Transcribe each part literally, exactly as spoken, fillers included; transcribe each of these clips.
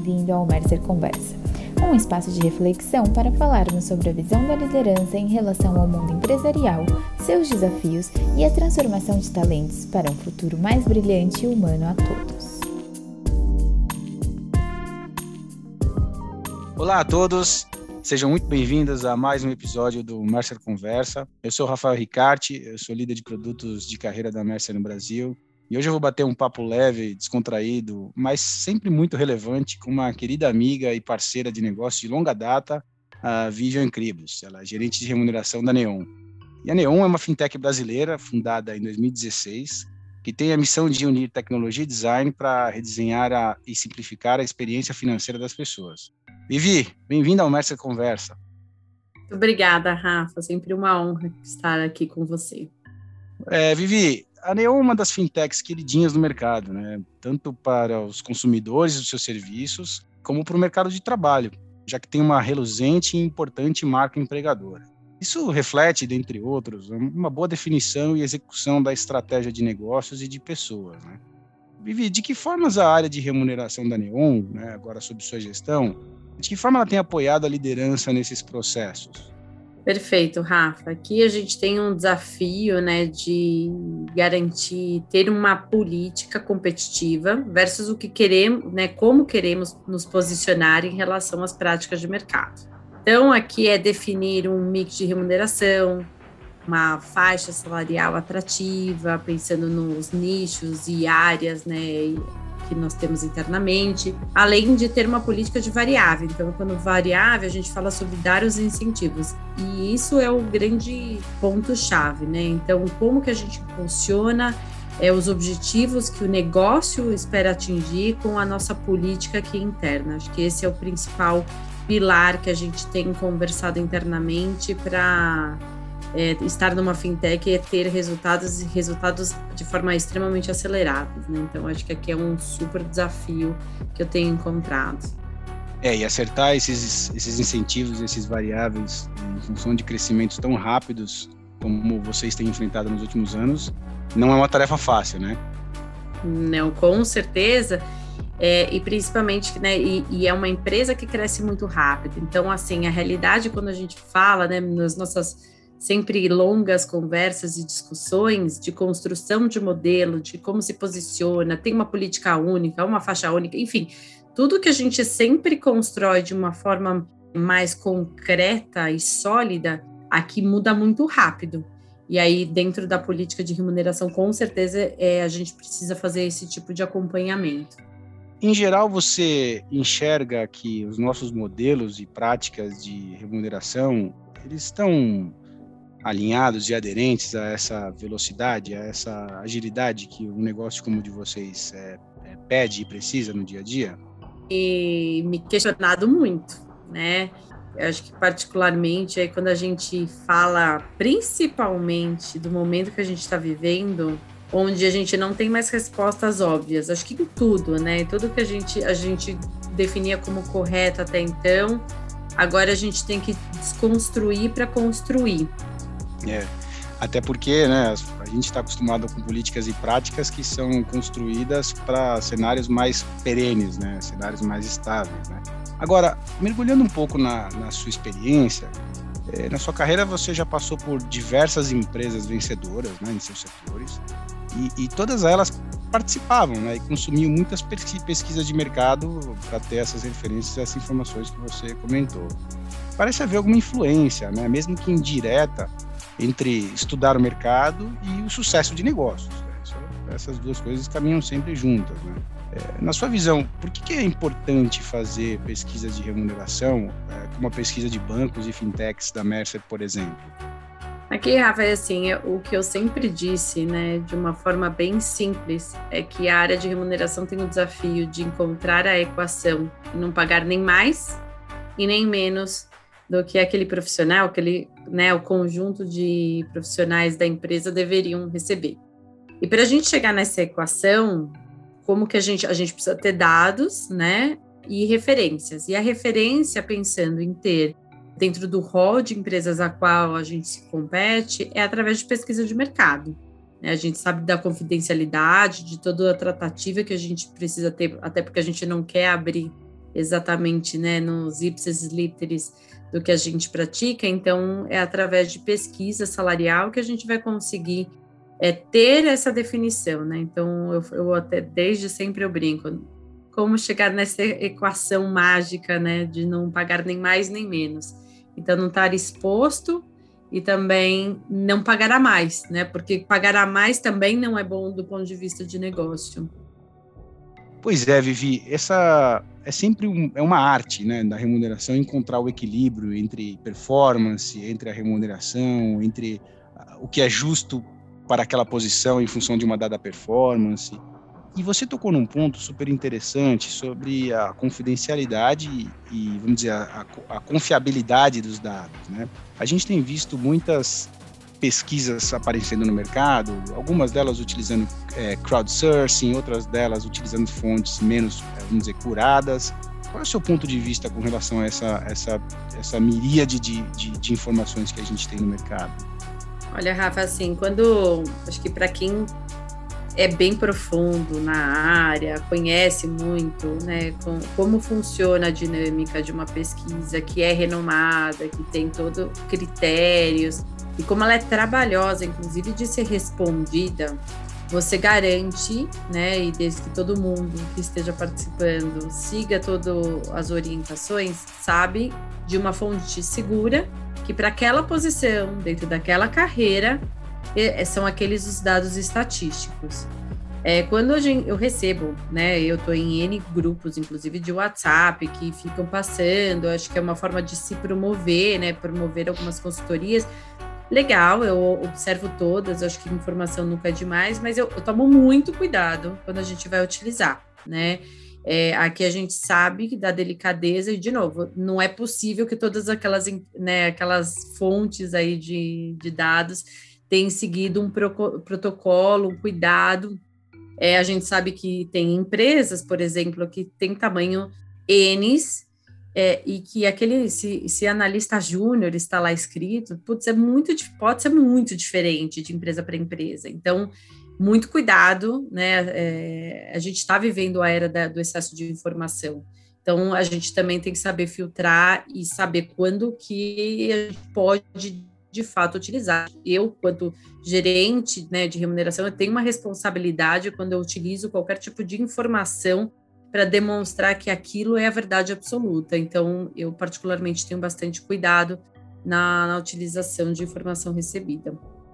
bem-vindo ao Mercer Conversa, um espaço de reflexão para falarmos sobre a visão da liderança em relação ao mundo empresarial, seus desafios e a transformação de talentos para um futuro mais brilhante e humano a todos. Olá a todos, sejam muito bem-vindos a mais um episódio do Mercer Conversa. Eu sou o Rafael Ricarte, eu sou líder de produtos de carreira da Mercer no Brasil. E hoje eu vou bater um papo leve, descontraído, mas sempre muito relevante com uma querida amiga e parceira de negócio de longa data, a Vivian Kribos. Ela é gerente de remuneração da Neon. E a Neon é uma fintech brasileira, fundada em dois mil e dezesseis, que tem a missão de unir tecnologia e design para redesenhar a, e simplificar a experiência financeira das pessoas. Vivi, bem-vinda ao Mercer Conversa. Muito obrigada, Rafa. Sempre uma honra estar aqui com você. É, Vivi, a Neon é uma das fintechs queridinhas do mercado, né? Tanto para os consumidores dos seus serviços, como para o mercado de trabalho, já que tem uma reluzente e importante marca empregadora. Isso reflete, dentre outros, uma boa definição e execução da estratégia de negócios e de pessoas, né? Vivi, de que formas a área de remuneração da Neon, né, agora sob sua gestão, de que forma ela tem apoiado a liderança nesses processos? Perfeito, Rafa. Aqui a gente tem um desafio, né, de garantir, ter uma política competitiva versus o que queremos, né, como queremos nos posicionar em relação às práticas de mercado. Então, aqui é definir um mix de remuneração, uma faixa salarial atrativa, pensando nos nichos e áreas, né, que nós temos internamente, além de ter uma política de variável. Então, quando variável, a gente fala sobre dar os incentivos. E isso é o grande ponto-chave, né? Então, como que a gente impulsiona é, os objetivos que o negócio espera atingir com a nossa política aqui interna. Acho que esse é o principal pilar que a gente tem conversado internamente para É, estar numa fintech é ter resultados e resultados de forma extremamente acelerada, né? Então, acho que aqui é um super desafio que eu tenho encontrado. É, e acertar esses, esses incentivos, esses variáveis em função de crescimentos tão rápidos como vocês têm enfrentado nos últimos anos, não é uma tarefa fácil, né? Não, com certeza. É, e principalmente, né, e, e é uma empresa que cresce muito rápido. Então, assim, a realidade quando a gente fala, né, nas nossas sempre longas conversas e discussões de construção de modelo, de como se posiciona, tem uma política única, uma faixa única, enfim, tudo que a gente sempre constrói de uma forma mais concreta e sólida, aqui muda muito rápido. E aí, dentro da política de remuneração, com certeza, é, a gente precisa fazer esse tipo de acompanhamento. Em geral, você enxerga que os nossos modelos e práticas de remuneração, eles estão alinhados e aderentes a essa velocidade, a essa agilidade que um negócio como o de vocês é, é, pede e precisa no dia a dia? E me questionado muito, né? Eu acho que particularmente aí quando a gente fala principalmente do momento que a gente está vivendo, onde a gente não tem mais respostas óbvias, acho que em tudo, né? Tudo que a gente, a gente definia como correto até então, agora a gente tem que desconstruir para construir. É, até porque, né, a gente está acostumado com políticas e práticas que são construídas para cenários mais perenes, né, cenários mais estáveis, né. Agora, mergulhando um pouco na, na sua experiência, é, na sua carreira você já passou por diversas empresas vencedoras, né, em seus setores, e, e todas elas participavam, né, e consumiam muitas pesquisas de mercado para ter essas referências, essas informações que você comentou. Parece haver alguma influência, né, mesmo que indireta, entre estudar o mercado e o sucesso de negócios. Né? Essas duas coisas caminham sempre juntas. Né? É, na sua visão, por que, que é importante fazer pesquisas de remuneração, é, como a pesquisa de bancos e fintechs da Mercer, por exemplo? Aqui, Rafa, é assim, é, o que eu sempre disse, né, de uma forma bem simples, é que a área de remuneração tem o desafio de encontrar a equação e não pagar nem mais e nem menos do que aquele profissional, aquele, né, o conjunto de profissionais da empresa deveriam receber. E para a gente chegar nessa equação, como que a gente, a gente precisa ter dados, né, e referências. E a referência, pensando em ter, dentro do rol de empresas a qual a gente se compete, é através de pesquisa de mercado. A gente sabe da confidencialidade, de toda a tratativa que a gente precisa ter, até porque a gente não quer abrir exatamente, né, nos ipsis literis do que a gente pratica, então é através de pesquisa salarial que a gente vai conseguir é, ter essa definição, né? Então eu, eu até desde sempre eu brinco, como chegar nessa equação mágica, né, de não pagar nem mais nem menos. Então não estar exposto e também não pagar a mais, né? Porque pagar a mais também não é bom do ponto de vista de negócio. Pois é, Vivi, essa é sempre um, é uma arte, né, da remuneração, encontrar o equilíbrio entre performance, entre a remuneração, entre o que é justo para aquela posição em função de uma dada performance. E você tocou num ponto super interessante sobre a confidencialidade e, vamos dizer, a, a confiabilidade dos dados, né? A gente tem visto muitas pesquisas aparecendo no mercado, algumas delas utilizando é, crowdsourcing, outras delas utilizando fontes menos, vamos dizer, curadas. Qual é o seu ponto de vista com relação a essa, essa, essa miríade de, de, de informações que a gente tem no mercado? Olha, Rafa, assim, quando, acho que para quem é bem profundo na área, conhece muito, né, com, como funciona a dinâmica de uma pesquisa que é renomada, que tem todos critérios, e como ela é trabalhosa, inclusive de ser respondida, você garante, né, e desde que todo mundo que esteja participando siga todas as orientações, sabe de uma fonte segura, que para aquela posição, dentro daquela carreira, são aqueles os dados estatísticos. É, quando a gente, eu recebo, né, eu estou em N grupos, inclusive de WhatsApp, que ficam passando, acho que é uma forma de se promover, né, promover algumas consultorias. Legal, eu observo todas, acho que informação nunca é demais, mas eu, eu tomo muito cuidado quando a gente vai utilizar, né? É, aqui a gente sabe da delicadeza e, de novo, não é possível que todas aquelas, né, aquelas fontes aí de, de dados tenham seguido um pro, protocolo, um cuidado. É, a gente sabe que tem empresas, por exemplo, que tem tamanho N's, É, e que aquele, se, se analista júnior está lá escrito, putz, é muito, pode ser muito diferente de empresa para empresa. Então, muito cuidado, né? É, a gente está vivendo a era da, do excesso de informação. Então, a gente também tem que saber filtrar e saber quando que a gente pode, de fato, utilizar. Eu, quanto gerente, né, de remuneração, eu tenho uma responsabilidade quando eu utilizo qualquer tipo de informação para demonstrar que aquilo é a verdade absoluta. Então, eu particularmente tenho bastante cuidado na, na utilização de informação recebida.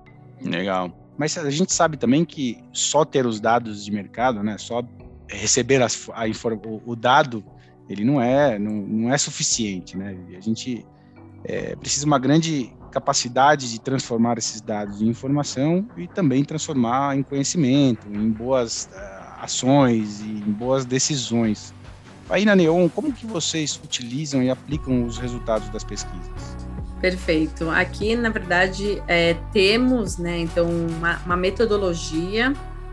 Legal. Mas a gente sabe também que só ter os dados de mercado, né, só receber as, a inform, o, o dado, ele não é, não, não é suficiente, né? A gente é, precisa de uma grande capacidade de transformar esses dados em informação e também transformar em conhecimento, em boas uh, ações e em boas decisões. Aí na Neon, como que vocês utilizam e aplicam os resultados das pesquisas? Perfeito. Aqui, na verdade, é, temos, né, então, uma, uma metodologia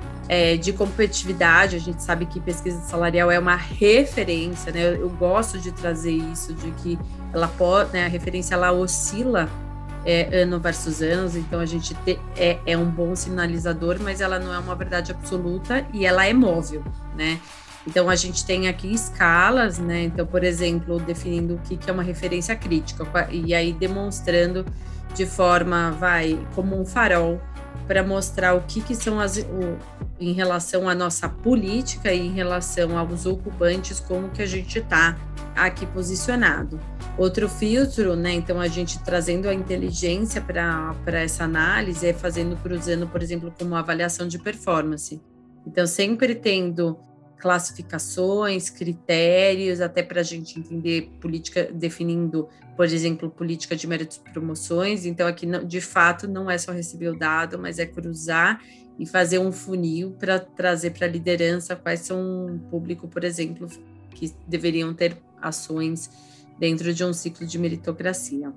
é, de competitividade. A gente sabe que pesquisa salarial é uma referência, né? Eu, eu gosto de trazer isso, de que ela pode, né, a referência ela oscila É, ano versus anos, então a gente te, é, é um bom sinalizador, mas ela não é uma verdade absoluta e ela é móvel, né? Então a gente tem aqui escalas, né? Então, por exemplo, definindo o que, que é uma referência crítica, e aí demonstrando de forma, vai, como um farol, para mostrar o que, que são as, o, em relação à nossa política e em relação aos ocupantes, como que a gente está aqui posicionado. Outro filtro, né, então a gente trazendo a inteligência para essa análise é fazendo, cruzando, por exemplo, com uma avaliação de performance. Então, sempre tendo classificações, critérios, até para a gente entender política, definindo, por exemplo, política de méritos e promoções. Então, aqui, de fato, não é só receber o dado, mas é cruzar e fazer um funil para trazer para a liderança quais são o público, por exemplo, que deveriam ter ações dentro de um ciclo de meritocracia.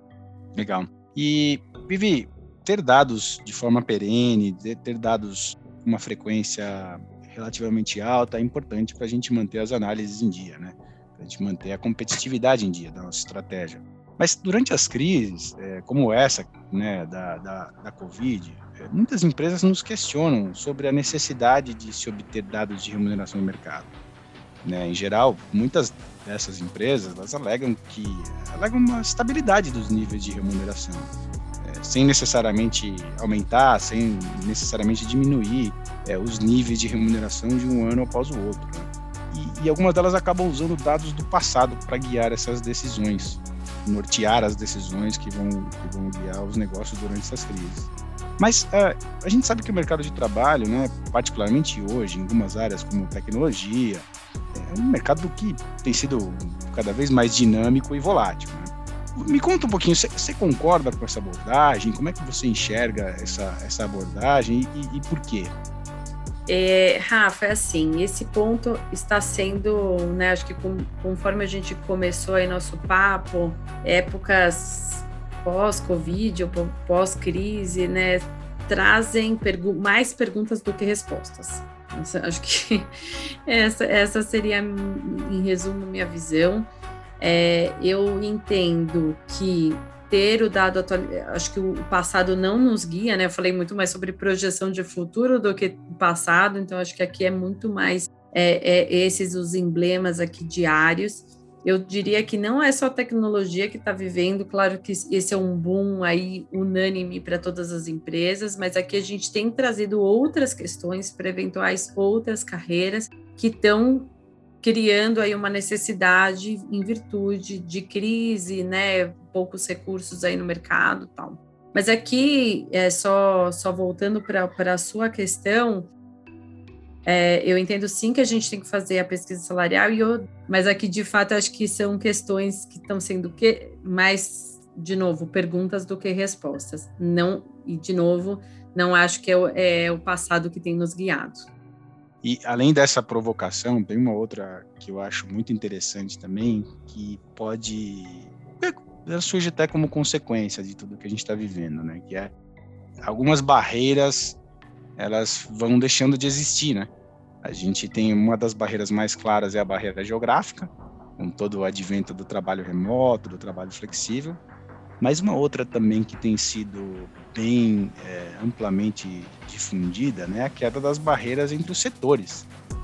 Legal. E, Vivi, ter dados de forma perene, ter dados com uma frequência relativamente alta é importante para a gente manter as análises em dia, né? Para a gente manter a competitividade em dia da nossa estratégia. Mas durante as crises, é, como essa, né, da, da, da Covid, é, muitas empresas nos questionam sobre a necessidade de se obter dados de remuneração no mercado. né? Em geral, muitas dessas empresas, elas alegam que alegam uma estabilidade dos níveis de remuneração, é, sem necessariamente aumentar, sem necessariamente diminuir é, os níveis de remuneração de um ano após o outro, né? E, e algumas delas acabam usando dados do passado para guiar essas decisões, nortear as decisões que vão, que vão guiar os negócios durante essas crises. Mas uh, a gente sabe que o mercado de trabalho, né, particularmente hoje, em algumas áreas como tecnologia, é um mercado que tem sido cada vez mais dinâmico e volátil, né? Me conta um pouquinho, você concorda com essa abordagem? Como é que você enxerga essa, essa abordagem e, e por quê? É, Rafa, é assim, esse ponto está sendo, né, acho que com, conforme a gente começou aí nosso papo, épocas pós-Covid ou pós-crise, né, trazem pergu- mais perguntas do que respostas. Acho que essa, essa seria, em resumo, minha visão. É, eu entendo que ter o dado atual, acho que o passado não nos guia, né? Eu falei muito mais sobre projeção de futuro do que o passado, então acho que aqui é muito mais é, é, esses os emblemas aqui diários. Eu diria que não é só a tecnologia que está vivendo, claro que esse é um boom aí unânime para todas as empresas, mas aqui a gente tem trazido outras questões para eventuais outras carreiras que estão criando aí uma necessidade em virtude de crise, né, poucos recursos aí no mercado e tal. Mas aqui, é, só, só voltando para a sua questão, é, eu entendo sim que a gente tem que fazer a pesquisa salarial, e eu, mas aqui de fato acho que são questões que estão sendo que, mais, de novo, perguntas do que respostas. Não, e de novo, não acho que é o, é o passado que tem nos guiado. E além dessa provocação, tem uma outra que eu acho muito interessante também, que pode, ela surge até como consequência de tudo que a gente está vivendo, né? Que é algumas barreiras, elas vão deixando de existir, né? A gente tem uma das barreiras mais claras, é a barreira geográfica, com todo o advento do trabalho remoto, do trabalho flexível, mas uma outra também que tem sido bem é, amplamente difundida, né, a queda das barreiras entre os setores.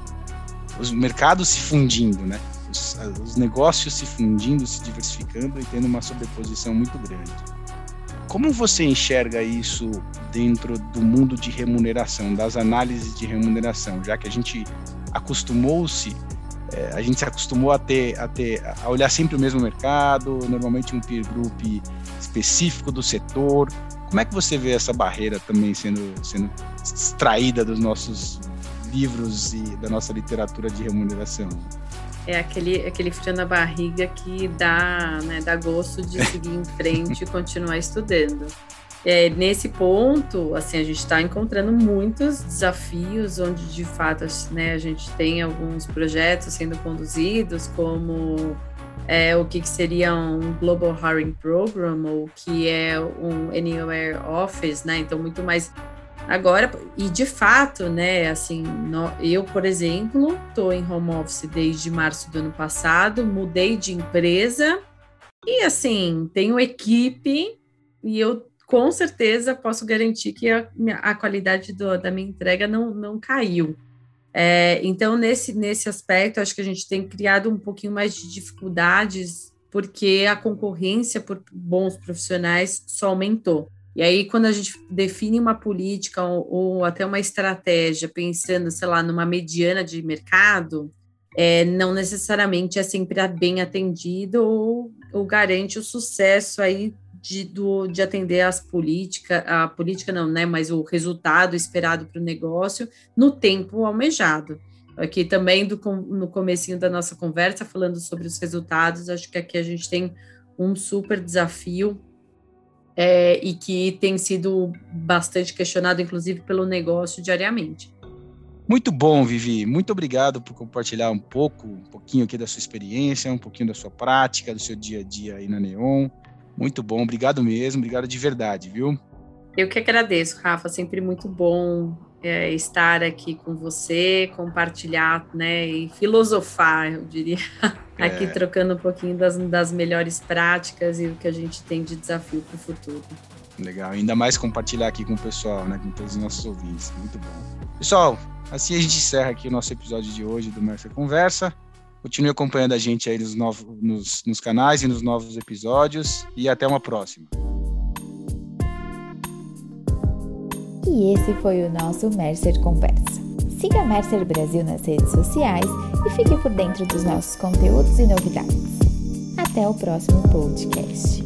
Os mercados se fundindo, né, os, os negócios se fundindo, se diversificando e tendo uma sobreposição muito grande. Como você enxerga isso dentro do mundo de remuneração, das análises de remuneração, já que a gente acostumou-se, é, a gente se acostumou a ter, a ter, a olhar sempre o mesmo mercado, normalmente um peer group específico do setor. Como é que você vê essa barreira também sendo, sendo extraída dos nossos livros e da nossa literatura de remuneração? É aquele, aquele frio na barriga que dá, né, dá gosto de seguir em frente e continuar estudando. É, nesse ponto, assim, a gente está encontrando muitos desafios onde, de fato, né, a gente tem alguns projetos sendo conduzidos, como é, o que, que seria um Global Hiring Program, ou que é um Anywhere Office, né? Então, muito mais agora, e de fato, né, assim, no, eu, por exemplo, estou em home office desde março do ano passado, mudei de empresa e, assim, tenho equipe e eu, com certeza, posso garantir que a, a qualidade do, da minha entrega não, não caiu. É, então, nesse, nesse aspecto, acho que a gente tem criado um pouquinho mais de dificuldades, porque a concorrência por bons profissionais só aumentou. E aí, quando a gente define uma política ou, ou até uma estratégia, pensando, sei lá, numa mediana de mercado, é, não necessariamente é sempre bem atendido ou, ou garante o sucesso aí de, do, de atender as políticas, a política não, né, mas o resultado esperado para o negócio no tempo almejado. Aqui também, do, no comecinho da nossa conversa, falando sobre os resultados, acho que aqui a gente tem um super desafio, É, e que tem sido bastante questionado, inclusive, pelo negócio diariamente. Muito bom, Vivi. Muito obrigado por compartilhar um pouco, um pouquinho aqui da sua experiência, um pouquinho da sua prática, do seu dia a dia aí na Neon. Muito bom, obrigado mesmo, obrigado de verdade, viu? Eu que agradeço, Rafa, sempre muito bom é, estar aqui com você, compartilhar, né, e filosofar, eu diria, aqui é. trocando um pouquinho das, das melhores práticas e o que a gente tem de desafio para o futuro. Legal, ainda mais compartilhar aqui com o pessoal, né, com todos os nossos ouvintes, muito bom. Pessoal, assim a gente encerra aqui o nosso episódio de hoje do Mercer Conversa. Continue acompanhando a gente aí nos, novos, nos, nos canais e nos novos episódios. E até uma próxima. E esse foi o nosso Mercer Conversa. Siga a Mercer Brasil nas redes sociais e fique por dentro dos nossos conteúdos e novidades. Até o próximo podcast.